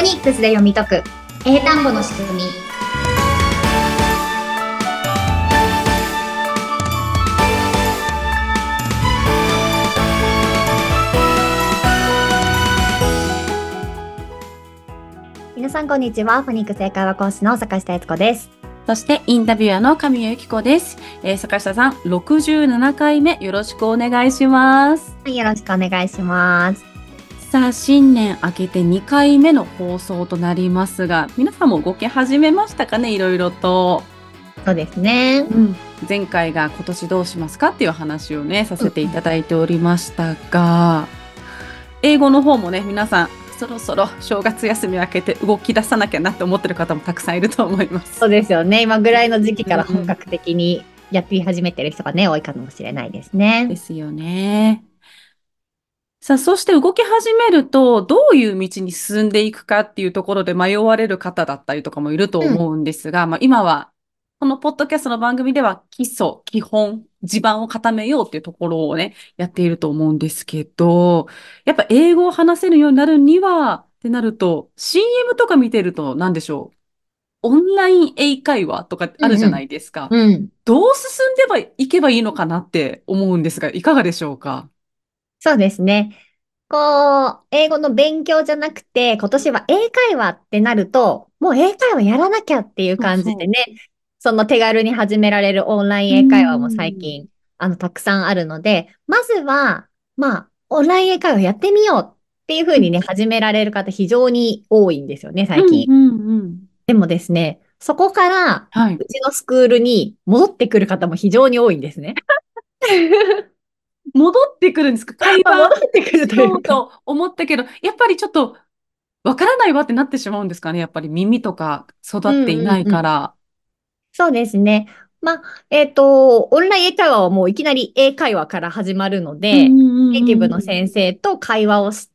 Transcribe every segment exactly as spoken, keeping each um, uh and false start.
ニックスで読み解く英単語の仕組み。皆さんこんにちは。フォニックス英会話講師の坂下悦子です。 そしてインタビュアーの神谷由紀子です。えー、坂下さん、ろくじゅうななかいめよろしくお願いします。 はい、よろしくお願いします。 さあ、新年明けてにかいめの放送となりますが、皆さんも動き始めましたかね、いろいろと。 そうですね。 うん、前回が今年どうしますかっていう話をね、させていただいておりましたが、英語の方もね、皆さん、そろそろ正月休み明けて動き出さなきゃなって思ってる方もたくさんいると思います。 そうですよね。今ぐらいの時期から本格的にやって始めてる人がね、多いかもしれないですね。 ですよね。さあ、そして動き始めると、どういう道に進んでいくかっていうところで迷われる方だったりとかもいるとうん。 思うんですが、まあ今は、このポッドキャストの番組では基礎、基本、地盤を固めようっていうところをね、やっていると思うんですけど、やっぱ英語を話せるようになるには、ってなると、シーエム とか見てると何でしょう。オンライン英会話とかあるじゃなうんうん。 いですか。 うん。 どう進んでばいけばいいのかなって思うんですが、いかがでしょうか。 そうですね。こう、英語の勉強じゃなくて、今年は英会話ってなると、もう英会話やらなきゃっていうそうそ感じでね、その手軽に始められるオンラインう。う英会話も最ん。 近、あの、たくさんあるので、まずは、まあ、オンライン英会話やってみようっていうふうにね、始められる方非常に多いんですよね、最近。 うんうんうん。 でもですね、そこから、 はい。 うちのスクールに戻ってくる方も非常に多いんですね。 戻ってくるんですか？会まあ、戻話ってくるしというか、 ようと思ったけど、やっぱりちょっとわからないわってなってしまうんですかね。やっぱり耳とか育うんっていないうんうん。 から。 そうですね。まあ、えっと、オンライン英会話はもういきなり英会話から始まるのうんで、ネイティブのうんうん先生と会話をして、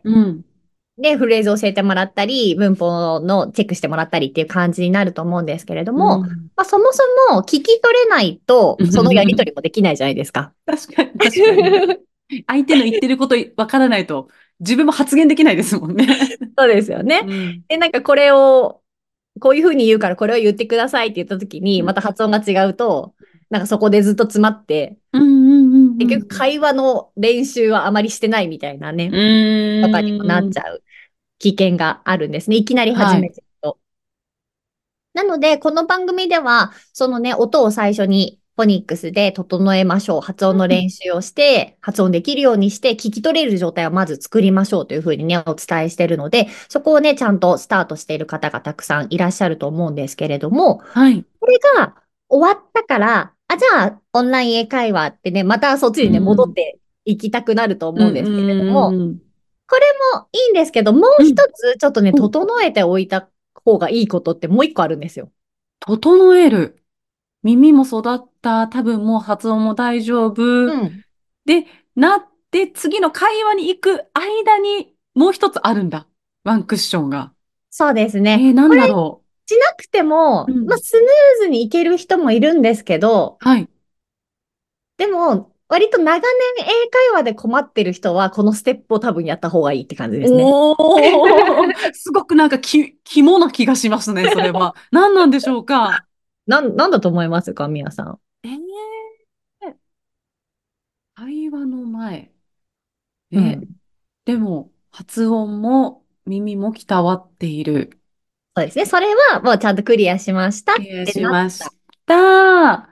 うん。うん。 で、フレーズを教えてもらったり、文法のチェックしてもらったりっていう感じになると思うんですけれどうも、 ん。 まあ、そもそも聞き取れないと、そのやり取りもできないじゃないですか。 確かに確かに。相手の言ってることわからないと自分も発言できないですもんね。 そうですよね。 うん。 で、なんかこれを、こういうふうに言うからこれを言ってくださいって言ったときに、 うんまた発音が違うと、なんかそこでずっと詰まって、 うんうん結うん局会話の練習はあまりしてないみたいなね、 うん。 とかにもなうーん。 っちゃう危険があるんですね。いきなり始はい。 めちゃうと。なので、この番組では、そのね、音を最初にフォニックスで整えましょう。発音の練習をして、発音できるようにして、聞き取れる状態をまず作りましょうというふうにね、お伝えしているので、そこをね、ちゃんとスタートしている方がたくさんいらっしゃると思うんですけれども、 はい。 これが終わったから、あ、じゃあ、オンライン英会話ってね、またそっちにね、戻っうん。 ていきたくなるとうんう思うんですけれども、 んうん。 これもいいんですけど、もううん。 一つちょっとね、 お、 整えておいた方がいいことってもう一個あるんですよ。 整える。耳も育った。多分もう発音も大丈夫。 うん。 で、なって、次の会話に行く間にもう一つあるんだ。ワンクッションが。 そうですね。 えー、なんこれだろしなくてう。 も、まあ、 うん。 スムーズにいける人もいるんですけど、 はい。 でも、割と長年英会話で困ってる人は、このステップを多分やった方がいいって感じですね。 おー、すごくなんかき、肝な気がしますね、それは。何なんでしょうか。 なん、なんだと思いますか、みやさん。 えー、会話の前。え、 うん。 でも、発音も耳もきたわっている。 そうですね。それはもうちゃんとクリアしましたっクリアてなっしました。 た。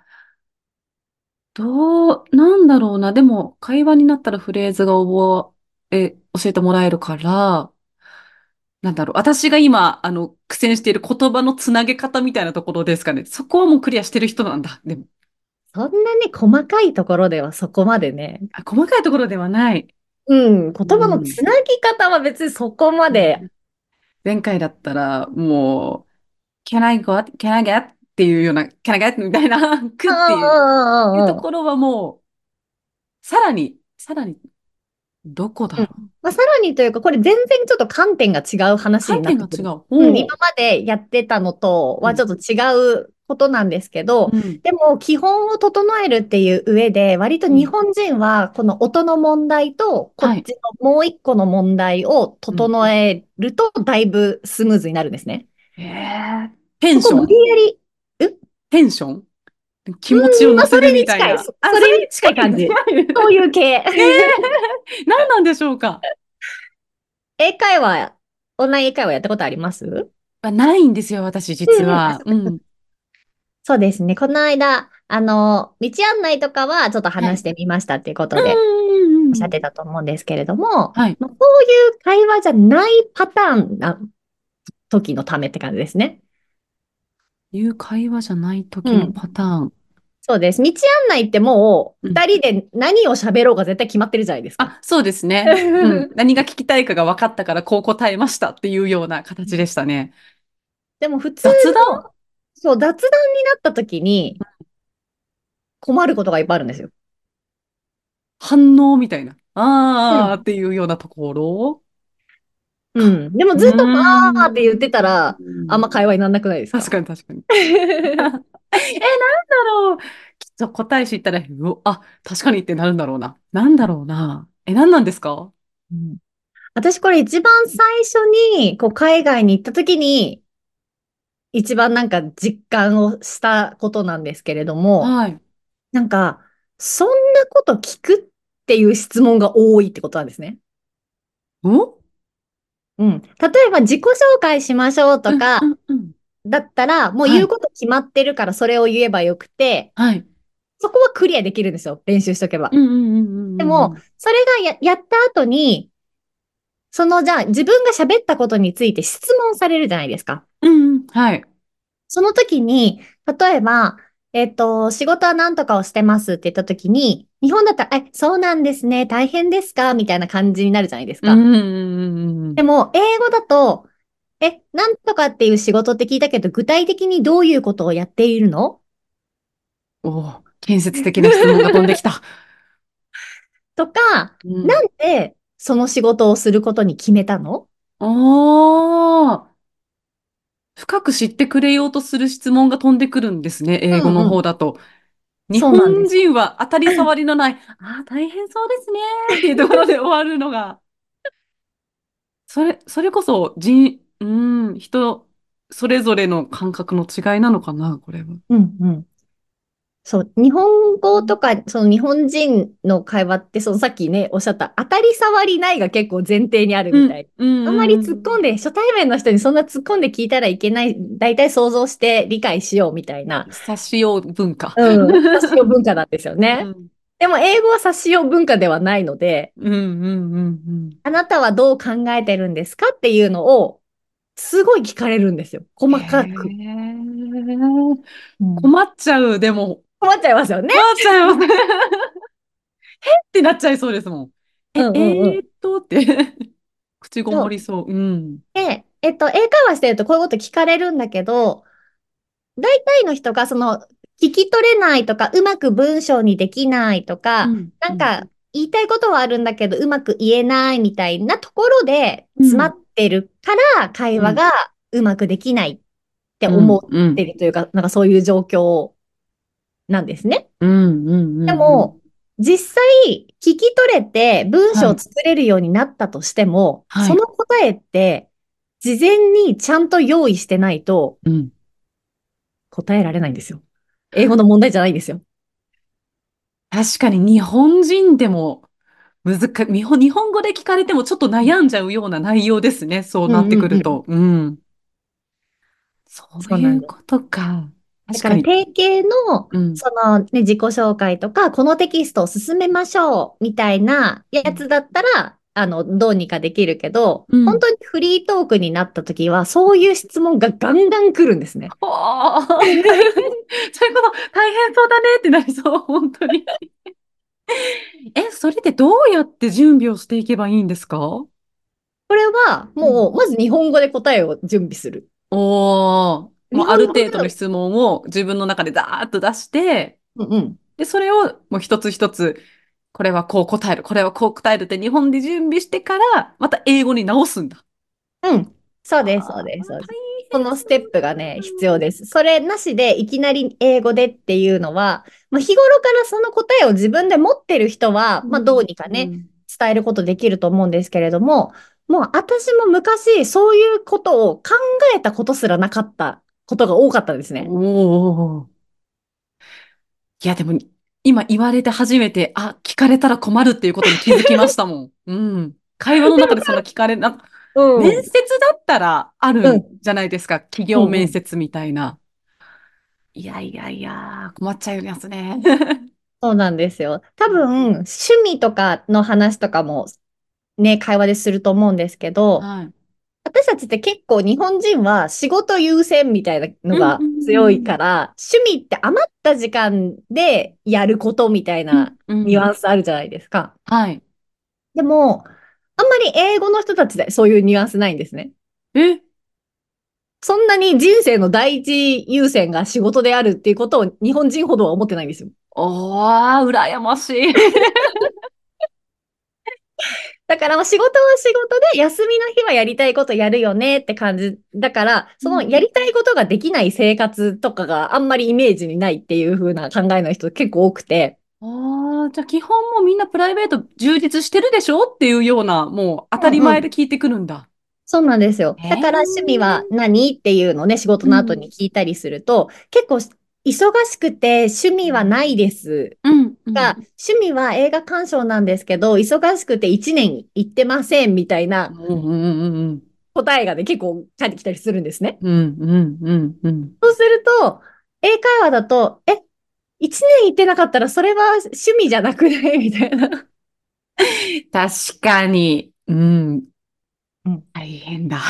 どう、なんだろうな。でも、会話になったらフレーズが覚え、教えてもらえるから、なんだろう。私が今、あの、苦戦している言葉のつなげ方みたいなところですかね。そこはもうクリアしてる人なんだ。でも、 そんなね、細かいところではそこまでね。 あ、細かいところではない。 うん。言う葉のん。 つなぎ方は別にそこまで。 うん前回だったら、もう、can I go? can I get? っていうような、can I get? みたいな、くうんっていう、いううんうんうんうん。 ところはもう、さらに、さらに、どこうん。 だろう。 まあ、さらにというか、これ全然ちょっと観点が違う話に観なってくる。 点が違う。 うん。今おう。 までやってたのとうん。 はちょっと違うことなんですけど、 うん。 でも基本を整えるっていう上で、割とうん。 日本人はこの音の問題と、こはい。 っちのもう一個の問題をうん。 整えると、だいぶスムーズになるんですね。 えー、テンそこ無理ションやり、う、うテンション気ーん、 持ちをまあ、そ乗せるれに近い、 みたいな。 そ、 あ、それそれに近いに感じ。 近い。 そういう系。 何なんでしょうか？ 英会話、オンライン英会話やったことあります？ あ、ないんですよ、私、実うんうん。あ、 は。 そっかそっか。 うん。 そうですね。この間、あの、道案内とかはちょっとはい。 話してみましたっていうこうんとでうんうんうん。 おっしゃってたと思うんですけれども、 はい。 まあこういう会話じゃないパターンな時のためって感じですね。 いう会話じゃない時のうん。 パターン。 そうです。道案内ってもう、 うん。 二人で何を喋ろうが絶対決まってるじゃないですか。 あ、そうですね。うん。何が聞きたいかが分かったからこう答えましたっていうような形でしたね。 でも普通雑談の、そう、雑談になった時に困ることがいっぱいあるんですよ。 反応みたいな。あーっうん。 ていうようなところか。 うん。でもうずっとあーって言っーん。 てたら、あんま会話にならなくないですか？ 確かに確かに。え、なんだろう。きっと答え知ったら、うお、あ、確かにってなるんだろうな。なんだろうな。え、何なんですか？ うん。私これ一番最初にこう海外に行った時に一番なんか実感をしたことなんですけれども、 はい。 なんかそんなこと聞くっていう質問が多いってことなんですね。 おうん。例えば自己紹介しましょううんうとかんうん。 だったらもうはい。 言うこと決まってるからそれを言えばよくて、 はい。 そこはクリアできるんですよ。練習しとけば。 うんうんうんうんでも、 うんうん。 それがや、やった後に、そのじゃあ自分が喋ったことについて質問されるじゃないですか。 うんうん。はい。 その時に、例えば、えっと、仕事は何とかをしてますって言った時に、日本だったら、え、そうなんですね、大変ですかみたいな感じになるじゃないですか。 うんうんうんうん。 でも、英語だと、え、なんとかっていう仕事って聞いたけど、具体的にどういうことをやっているの？ おー、建設的な質問が飛んできた。 とか、 うん。 なんでその仕事をすることに決めたの？ おー、深く知ってくれようとする質問が飛んでくるんですね、英語のうんうん。 方だと。日本そうなんです。 人は当たり障りのない、ああ、大変そうですねっていうところで終わるのが、それ、それこそ人、うん、人、それぞれの感覚の違いなのかな、これは。 うんうん。そう、日本語とか、その日本人の会話って、そのさっきね、おっしゃった当たり障りないが結構前提にあるうん、 みたい。 うん、 あんまりうん。 突っ込んで、初対面の人にそんな突っ込んで聞いたらいけない、大体想像して理解しようみたいな、 察しよう文化。 うん、察しよう文化なんですよね。 うん、 でも英語は察しよう文化ではないので、 うん、うん、うん。うんあなたはどう考えてるんですかっていうのを、すごい聞かれるんですよ。 へ細かく。 え。 うん、 困っちゃう、でも。 困っちゃいますよね。 困っちゃいます。ってなっちゃいそうですもん。 うえ、 んうんうん。 えーっとって口ごそう。 もりそう。うん。 で、えっと、英会話してるとこういうこと聞かれるんだけど、大体の人がその聞き取れないとか、うまく文章にできないとか、 うん、うん、 なんか言いたいことはあるんだけど、うまく言えないみたいなところでうん、 詰まってるから会うん、 話がうまくできないってうん、 思ってうん、 るというか、なんかそういう状況なんですね。 うん、うん、うん。 でも、実際聞き取れて文章をはい、 作れるようになったとしても、 はい。 その答えって事前にちゃんと用意してないとうん。 答えられないんですよ。英語の問題じゃないんですよ。 確かに日本人でも難か、日本、日本語で聞かれてもちょっと悩んじゃうような内容ですね。そううんなってうんうん。 くると。うん。そういそうなんです。 うことか。 だ確かに。 から定型の、 うん。 そのね、自己紹介とか、このテキストを進めましょうみたいなやつだったら、あの、どうにかできるけど、 うん。 本当にフリートークになった時は、そういう質問がガンガン来るんですね。 ああ、大変。そういうこと、大変そうだねってなりそう、本当に。え、それでどうやって準備をしていけばいいんですか？ これは、 うん。 もう、まず日本語で答えを準備する。 おー、もう日ある本語での、 程度の質問を自分の中でザーッと出して、 うんうん。 で、それをもう一つ一つ、これはこう答える、これはこう答えるって日本で準備してから、また英語に直すんだ。 うん。そうです、そうああ、 です、そうです。 そのステップがね、必要です。それなしでいきなり英語でっていうのは、まあ、日頃からその答えを自分で持ってる人は、まあ、どうにかね、 うん。 伝えることできると思うんですけれども、もう私も昔そういうことを考えたことすらなかったことが多かったですね。 おー。いや、でも、今言われて初めて、あ、聞かれたら困るっていうことに気づきましたもん。うん。会話の中でそんな聞かれな、 う面ん。 接だったらあるんうん。 じゃないですか。企業うんうん。 面接みたいな。いやいやいや、困っちゃいますね。 そうなんですよ。多分、趣味とかの話とかもね、会話ですると思うんですけど、 はい。 私たちって結構日本人は仕事優先みたいなのうんうが強いんから、趣味って余った時間でやることみたいうんうん。 なうんうん。 ニュアンスあるじゃないですか。 はい。 でも、あんまり英語の人たちでそういうニュアンスないんですね。 え、 そんなに人生の第一優先が仕事であるっていうことを日本人ほどは思ってないんですよ。 おー、羨ましい。 だからまあ仕事は仕事で休みの日はやりたいことやるよねって感じ。だから、そのやりたいことができない生活とかがあんまりイメージにないっていう風な考えの人結構多くて。 ああ、じゃあ基本もうみんなプライベート充実してるでしょっていうような、もう当たりうんうん。 前で聞いてくるんだ。 そうなんですよ。 へだから趣味はえ。 何っていうのをね、仕事の後うん。 に聞いたりすると、結構忙しくて趣味はないですうん、うん。 が、趣味は映画鑑賞なんですけど、忙しくていちねん行ってませんみたいなうん、うん、うん、 答えがね、結構返ってきたりするんですね。 うん、うん、うん、うん。 そうすると、英会話だと、え、一年行ってなかったらそれは趣味じゃなくないみたいな。っ確かに。うん。 うん大変だ。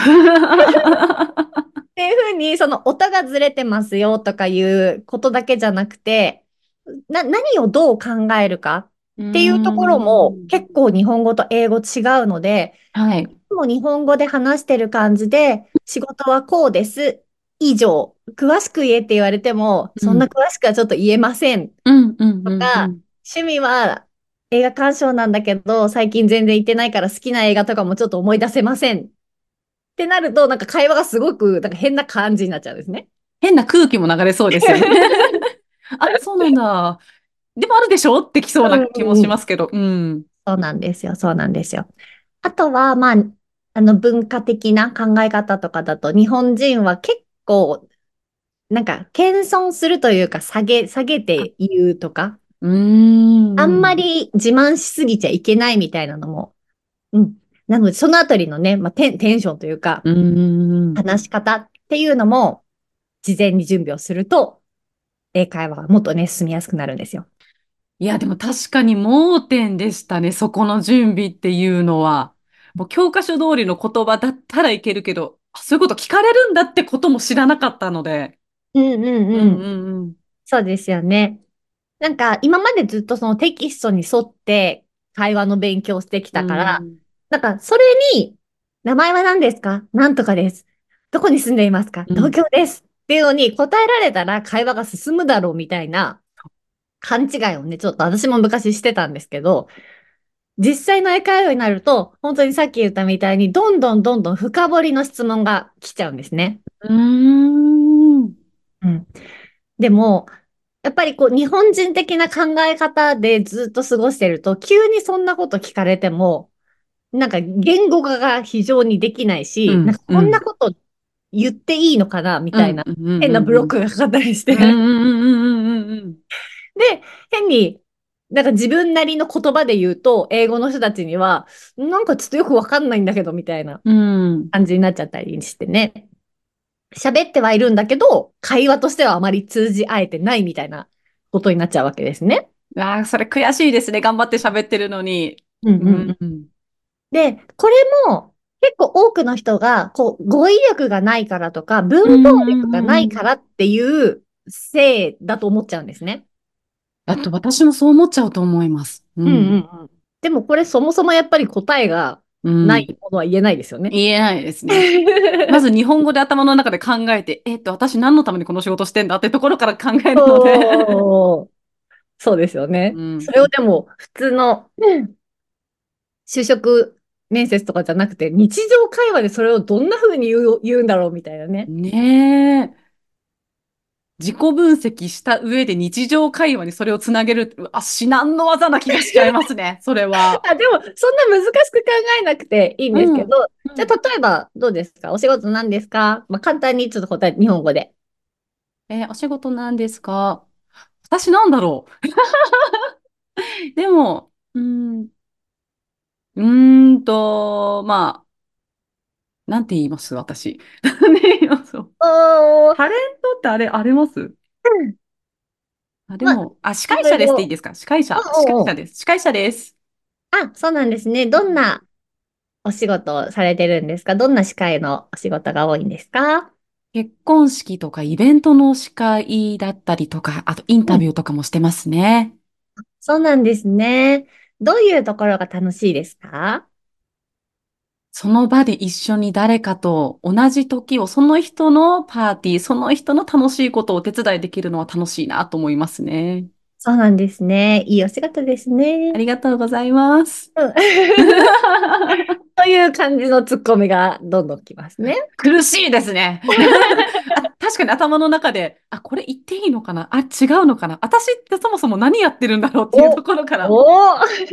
ていうふうに、その音がずれてますよとかいうことだけじゃなくて、な、何をどう考えるかっうーていうところもん。 結構日本語と英語違うので、 はい。 もう日本語で話してる感じで、仕事はこうです。以上。詳しく言えって言われても、そんなうん。 詳しくはちょっと言えません。 うん、うん、うん、うとか、 ん。 趣味は映画鑑賞なんだけど、最近全然行ってないから好きな映画とかもちょっと思い出せません。ってなると、なんか会話がすごくなんか変な感じになっちゃうんですね。 変な空気も流れそうですよね。あ、そうなんだ。でもあるでしょってきそううな気もしんうん。 ますけど。うん。 そうなんですよ。そうなんですよ。あとは、まあ、あの文化的な考え方とかだと、日本人は結構、なんか、謙遜するというか、下げ、下げて言うとか、 うーあんまん。 り自慢しすぎちゃいけないみたいなのも、うん。なので、そのあたりのね、まあ、テン、テンションというか、 うーん。 話し方っていうのも、事前に準備をすると、英会話がもっとね、進みやすくなるんですよ。 いや、でも確かに盲点でしたね。そこの準備っていうのは。もう教科書通りの言葉だったらいけるけど、あ、そういうこと聞かれるんだってことも知らなかったので。 うんうんうんうん。 うんうん。 そうですよね。なんか、今までずっとそのテキストに沿って会話の勉強してきうたから、 ん。 なんか、それに、名前は何ですかなんとかです。どこに住んでいますか東うん。 京です。っていうのに答えられたら会話が進むだろうみたいな勘違いをね、ちょっと私も昔してたんですけど、実際の英会話になると、本当にさっき言ったみたいに、どんどんどんどん深掘りの質問が来ちゃうんですね。 うーん。 うん。でも、やっぱりこう、日本人的な考え方でずっと過ごしてると、急にそんなこと聞かれても、なんか言語化が非常にできないし、なんうん。 かこんなうん。 こと言っていいのかなみうん。 たいな、 うん。うん。 変なブロッうん。 クがかかったりしうん。うて。 ん。うん。うん。 で、変に、なんか自分なりの言葉で言うと、英語の人たちには、なんかちょっとよくわかんないんだけど、みたいなうん。うん。 感じになっちゃったりしてね。喋ってはいるんだけど、会話としてはあまり通じ合えてないみたいなことになっちゃうわけですね。 ああ、それ悔しいですね。頑張って喋ってるのに。 うんうん。 うんうん。 うん。 で、これも結構多くの人が、こう、語彙力がないからとか、文う法力がないん。 からっていうせいだと思っちゃうんですね。 あと、私もそう思っちゃうと思います。ううんうんん。 うん。でもこれそもそもやっぱり答えがうん。 ないものは言えないですよね。 言えないですね。まず日本語で頭の中で考えて、えっと、私何のためにこの仕事してんだってところから考えるので。 そう、そうですよね。 うん。 それをでも普通のうん就職面接とかじゃなくて、日常会話でそれをどんな風に言う、言うんだろうみたいなね。 ねえ。自己分析した上で日常会話にそれをつなげる。うわ至難の技な気がしちゃいますね。それは。 あ、でも、そんな難しく考えなくていいんですうん。 けど、じゃあ、 うん。 例えば、どうですか？お仕事何ですか？まあ、簡単にちょっと答え、日本語で。 えーお仕事なんですか？私なんだろう。でも、うん、うーんと、まあ、なんて言います私。なんて言いますおー、 タレントってあれ、ありますうんあ、でまあ、 も、あ、司い会者ですっていいろいろ、 ですか？司会者。司会うんうんうん。 者です。司会者です。 あ、そうなんですね。どんなお仕事をされてるんですか？どんな司会のお仕事が多いんですか？ 結婚式とかイベントの司会だったりとか、あとインうん。 タビューとかもしてますね。 そうなんですね。どういうところが楽しいですか？ その場で一緒に誰かと同じ時を、その人のパーティー、その人の楽しいことをお手伝いできるのは楽しいなと思いますね。 そうなんですね。いいお仕事ですね。 ありがとうございます。 うん。という感じのツッコミがどんどんきますね。 苦しいですね。あ、確かに頭の中で、あ、これ言っていいのかなあ、違うのかな私ってそもそも何やってるんだろうっていうとお、 ころから。 おー。 うん、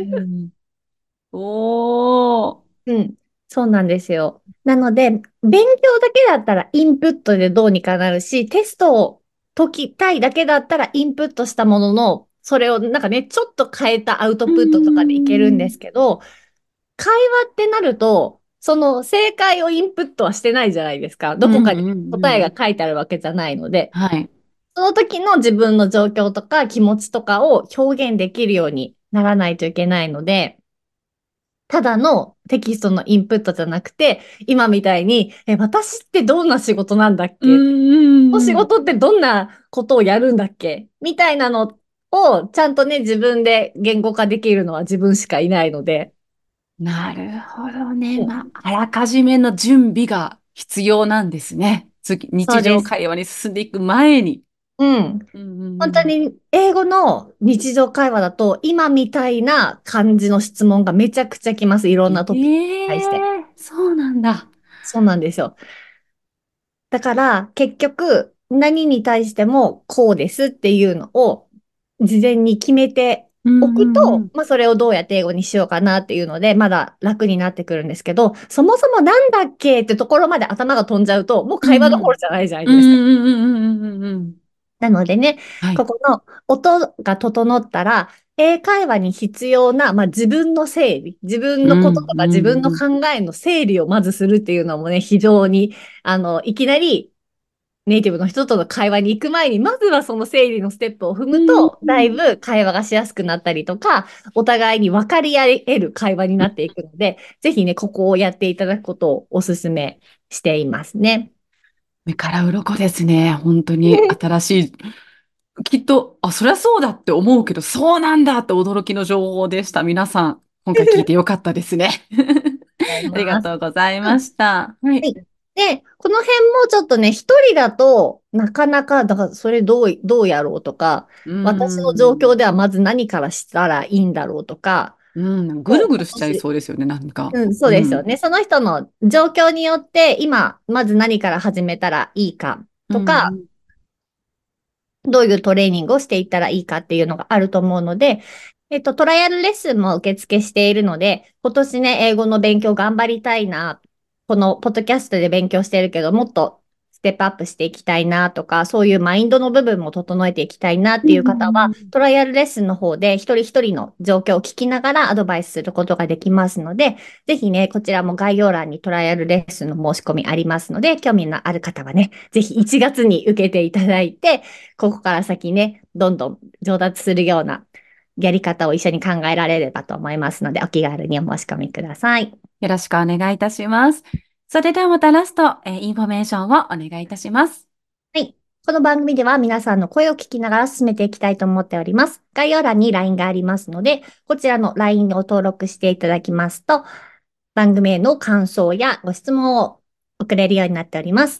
おー。 うん。そうなんですよ。なので、勉強だけだったらインプットでどうにかなるし、テストを解きたいだけだったらインプットしたものの、それをなんかね、ちょっと変えたアウトうプットとかでいけるんでん。 すけど、会話ってなると、その正解をインプットはしてないじゃないですか。どこかにうんうんう答えがん。 書いてあるわけじゃないので、 はい。 その時の自分の状況とか気持ちとかを表現できるようにならないといけないので、ただのテキストのインプットじゃなくて、今みたいに、え、私ってどんな仕事なんだっうんけ？このうんうん。 仕事ってどんなことをやるんだっけみたいなのをちゃんとね、自分で言語化できるのは自分しかいないので、 なるほどね。 うん、 まあ、あらかじめの準備が必要なんですね。次、日そうです。 常会話に進んでいく前に。 うん。 うんうんうん。 本当に英語の日常会話だと、今みたいな感じの質問がめちゃくちゃ来ます。いろんなトピックに対して。 ええそうなんだ。 そうなんですよ。だから、結局、何に対してもこうですっていうのを事前に決めてうんおくと、 うんうん。 まあ、それをどうやって英語にしようかなっていうので、まだ楽になってくるんですけど、そもそもなんだっけってところまで頭が飛んじゃうと、もう会話どころうんうん。 じゃないじゃないうんですか。 うんうんうんうんうんうん。 なのでね、 はい。 ここの音が整ったら、英会話に必要な、まあ、自分の整理、自分うんのこととか自分のうんうん。 考えの整理をまずするっていうのもね、非常に、あの、いきなりネイティブの人との会話に行く前に、まずはその整理のステップを踏うんうんむと、だいぶ会話がしやすくなったりとか、お互いに分かり合える会話になっていくので、ぜひね、ここをやっていただくことをお勧めしていますね。 目から鱗ですね。本当に新しい。きっと、あ、そりゃそうだって思うけど、そうなんだって驚きの情報でした。皆さん、今回聞いてよかったですね。 ありがとうございありがます。 とうございうん。 ました。はい。 はい。で、この辺もちょっとね、一人だとなかなか、だからそれどう、どうやろうとか、 う私の状況ん。 ではまず何からしたらいいんだろうとか、 うん。ぐもうるぐるしちゃい少しそうですよね、なんか。 うん、そううん。 ですよね。その人の状況によって、今、まず何から始めたらいいかうとか、 ん。 どういうトレーニングをしていったらいいかっていうのがあると思うので、えっと、トライアルレッスンも受付しているので、今年ね、英語の勉強頑張りたいな、このポッドキャストで勉強してるけど、もっとステップアップしていきたいなとか、そういうマインドの部分も整えていきたいなっうん。 ていう方は、 うん。 トライアルレッスンの方で一人一人の状況を聞きながらアドバイスすることができますので、ぜひね、こちらも概要欄にトライアルレッスンの申し込みありますので、興味のある方はね、ぜひいちがつに受けていただいて、ここから先ね、どんどん上達するようなやり方を一緒に考えられればと思いますので、お気軽にお申し込みください。 よろしくお願いいたします。それではまたラスト、えーインフォメーションをお願いいたします。 はい。この番組では皆さんの声を聞きながら進めていきたいと思っております。概要欄に ライン がありますので、こちらの ライン を登録していただきますと、番組への感想やご質問を送れるようになっております。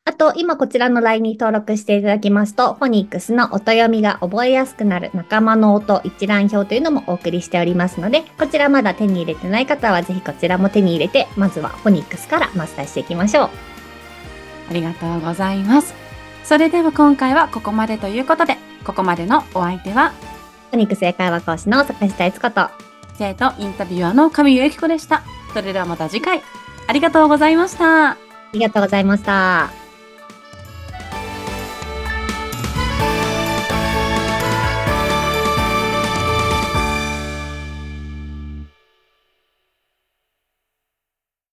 あと、今こちらの ライン に登録していただきますと、フォニックスの音読みが覚えやすくなる仲間の音一覧表というのもお送りしておりますので、こちらまだ手に入れてない方はぜひこちらも手に入れて、まずはフォニックスからマスターしていきましょう。 ありがとうございます。それでは今回はここまでということで、ここまでのお相手は、 フォニックス英会話講師の坂下悦子と、 生徒インタビュアーの上由紀子でした。それではまた次回、ありがとうございました。 ありがとうございました。